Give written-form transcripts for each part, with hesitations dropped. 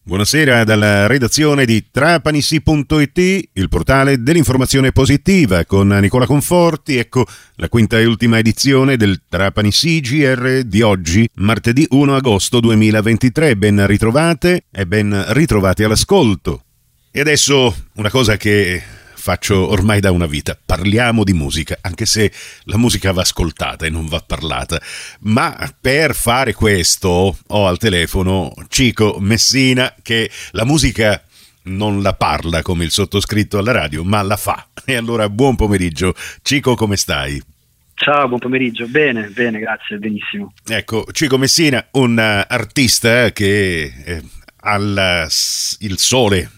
Buonasera dalla redazione di Trapanissi.it, il portale dell'informazione positiva, con Nicola Conforti. Ecco la quinta e ultima edizione del Trapanissi GR di oggi, martedì 1 agosto 2023. Ben ritrovate e ben ritrovati all'ascolto. E adesso una cosa che faccio ormai da una vita: parliamo di musica, anche se la musica va ascoltata e non va parlata. Ma per fare questo ho al telefono Cico Messina, che la musica non la parla come il sottoscritto alla radio, ma la fa. E allora buon pomeriggio Cico, come stai? Ciao, buon pomeriggio. Bene, grazie, benissimo. Ecco, Cico Messina, un artista che ha il sole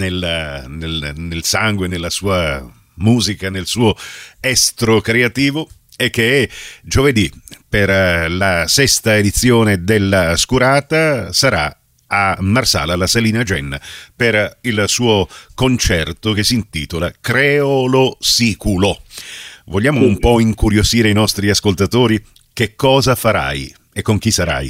nel sangue, nella sua musica, nel suo estro creativo, e che giovedì, per la sesta edizione della Scurata, sarà a Marsala alla Selina Genna per il suo concerto che si intitola Creolo Siculo. Vogliamo un po' incuriosire i nostri ascoltatori? Che cosa farai e con chi sarai?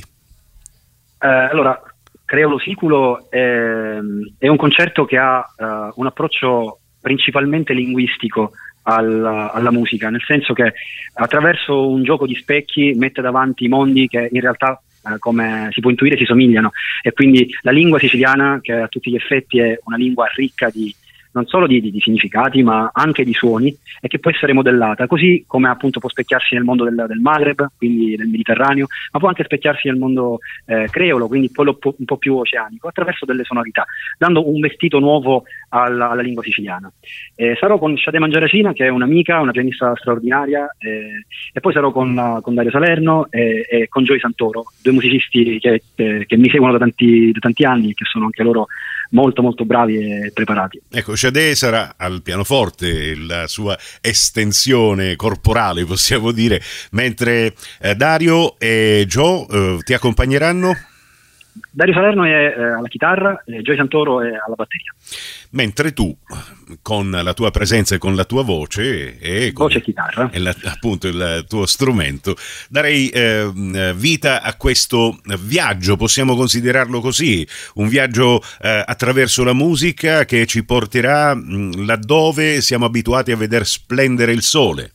Allora, Creolo Siculo è un concerto che ha un approccio principalmente linguistico alla musica, nel senso che attraverso un gioco di specchi mette davanti mondi che in realtà, come si può intuire, si somigliano, e quindi la lingua siciliana, che a tutti gli effetti è una lingua ricca non solo di significati, ma anche di suoni, e che può essere modellata, così come appunto può specchiarsi nel mondo del Maghreb, quindi del Mediterraneo, ma può anche specchiarsi nel mondo creolo, quindi quello un po' più oceanico, attraverso delle sonorità, dando un vestito nuovo alla lingua siciliana. Sarò con Shade Mangiaracina, che è un'amica, una pianista straordinaria, e poi sarò con Dario Salerno e con Joy Santoro, due musicisti che mi seguono da tanti anni, che sono anche loro molto molto bravi e preparati. Ecco, Shade sarà al pianoforte, la sua estensione corporale, possiamo dire, mentre Dario e Joe ti accompagneranno? Dario Salerno è alla chitarra, Joy Santoro è alla batteria. Mentre tu, con la tua presenza e con la tua voce e voce e chitarra, appunto il tuo strumento, darei vita a questo viaggio, possiamo considerarlo così, un viaggio attraverso la musica che ci porterà laddove siamo abituati a veder splendere il sole.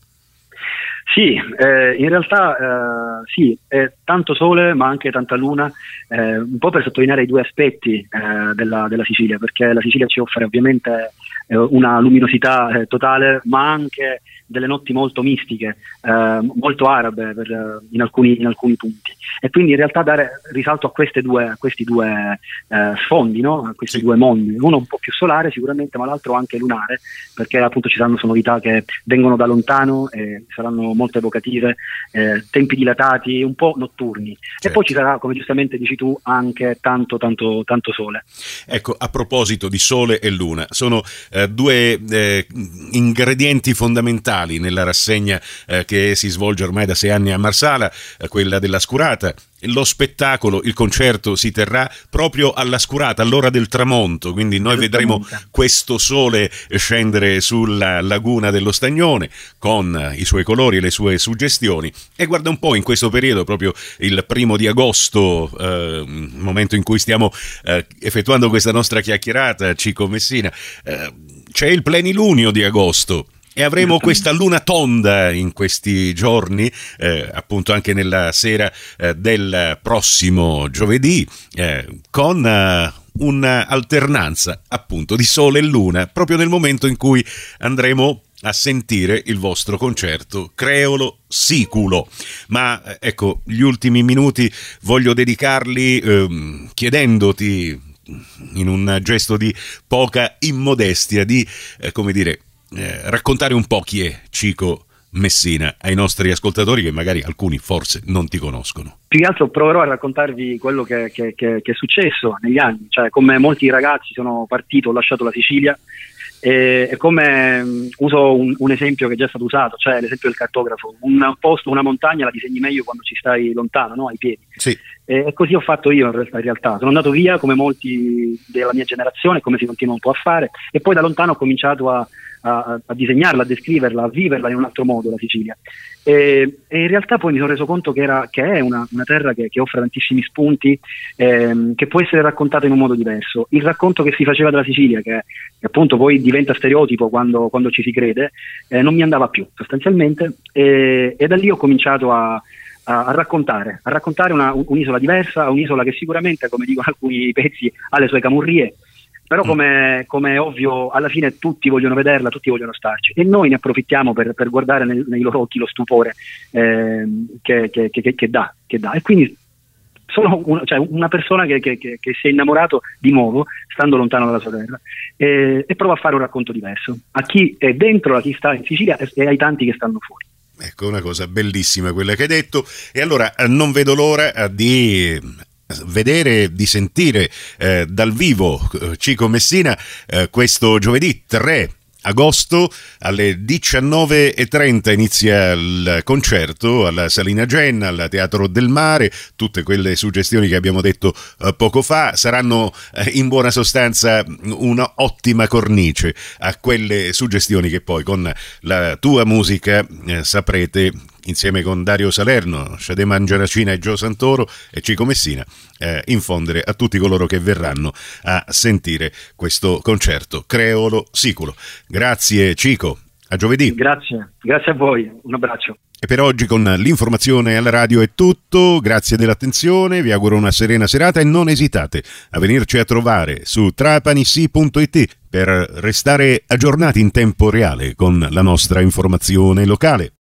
Sì, in realtà sì, è tanto sole ma anche tanta luna, un po' per sottolineare i due aspetti della Sicilia, perché la Sicilia ci offre ovviamente una luminosità totale, ma anche delle notti molto mistiche, molto arabe in alcuni punti, e quindi in realtà dare risalto a questi due sfondi, no? A questi due mondi, uno un po' più solare sicuramente, ma l'altro anche lunare, perché appunto ci saranno sonorità che vengono da lontano e saranno molto evocative, tempi dilatati, un po' notturni. Certo. E poi ci sarà, come giustamente dici tu, anche tanto sole. Ecco, a proposito di sole e luna, sono due ingredienti fondamentali nella rassegna che si svolge ormai da 6 anni a Marsala, quella della Scurata. Lo spettacolo, il concerto si terrà proprio alla Scurata, all'ora del tramonto, quindi noi vedremo questo sole scendere sulla laguna dello Stagnone con i suoi colori e le sue suggestioni. E guarda un po', in questo periodo, proprio il 1 di agosto, momento in cui stiamo effettuando questa nostra chiacchierata, Cico Messina, c'è il plenilunio di agosto. E avremo questa luna tonda in questi giorni, appunto anche nella sera del prossimo giovedì, con un'alternanza appunto di sole e luna, proprio nel momento in cui andremo a sentire il vostro concerto Creolo Siculo. Ma ecco, gli ultimi minuti voglio dedicarli chiedendoti, in un gesto di poca immodestia, di raccontare un po' chi è Cico Messina ai nostri ascoltatori, che magari alcuni forse non ti conoscono. Più che altro proverò a raccontarvi quello che è successo negli anni, cioè come molti ragazzi sono partito, ho lasciato la Sicilia, e come uso un esempio che è già stato usato, cioè l'esempio del cartografo: un posto, una montagna la disegni meglio quando ci stai lontano, no? Ai piedi. Sì. E così ho fatto io in realtà. Sono andato via come molti della mia generazione, come si continua un po' a fare, e poi da lontano ho cominciato a disegnarla, a descriverla, a viverla in un altro modo la Sicilia, e in realtà poi mi sono reso conto che è una terra che offre tantissimi spunti, che può essere raccontata in un modo diverso. Il racconto che si faceva della Sicilia, che appunto poi diventa stereotipo quando ci si crede, non mi andava più sostanzialmente, e da lì ho cominciato a raccontare un'isola diversa, un'isola che sicuramente, come dicono alcuni pezzi, ha le sue camurrie, però come è ovvio, alla fine tutti vogliono vederla, tutti vogliono starci, e noi ne approfittiamo per guardare nei loro occhi lo stupore che dà. E quindi sono una persona che si è innamorato di nuovo, stando lontano dalla sua terra, e prova a fare un racconto diverso a chi è dentro, a chi sta in Sicilia e ai tanti che stanno fuori. Ecco, una cosa bellissima quella che hai detto, e allora non vedo l'ora di vedere, di sentire dal vivo Cico Messina questo giovedì 3 agosto alle 19:30 inizia il concerto alla Salina Genna, al Teatro del Mare. Tutte quelle suggestioni che abbiamo detto poco fa saranno in buona sostanza una ottima cornice a quelle suggestioni che poi con la tua musica saprete, insieme con Dario Salerno, Shadé Mangiaracina e Gio Santoro e Cico Messina, infondere a tutti coloro che verranno a sentire questo concerto Creolo Siculo. Grazie Cico, a giovedì. Grazie a voi, un abbraccio. E per oggi con l'informazione alla radio è tutto, grazie dell'attenzione, vi auguro una serena serata e non esitate a venirci a trovare su trapanissi.it per restare aggiornati in tempo reale con la nostra informazione locale.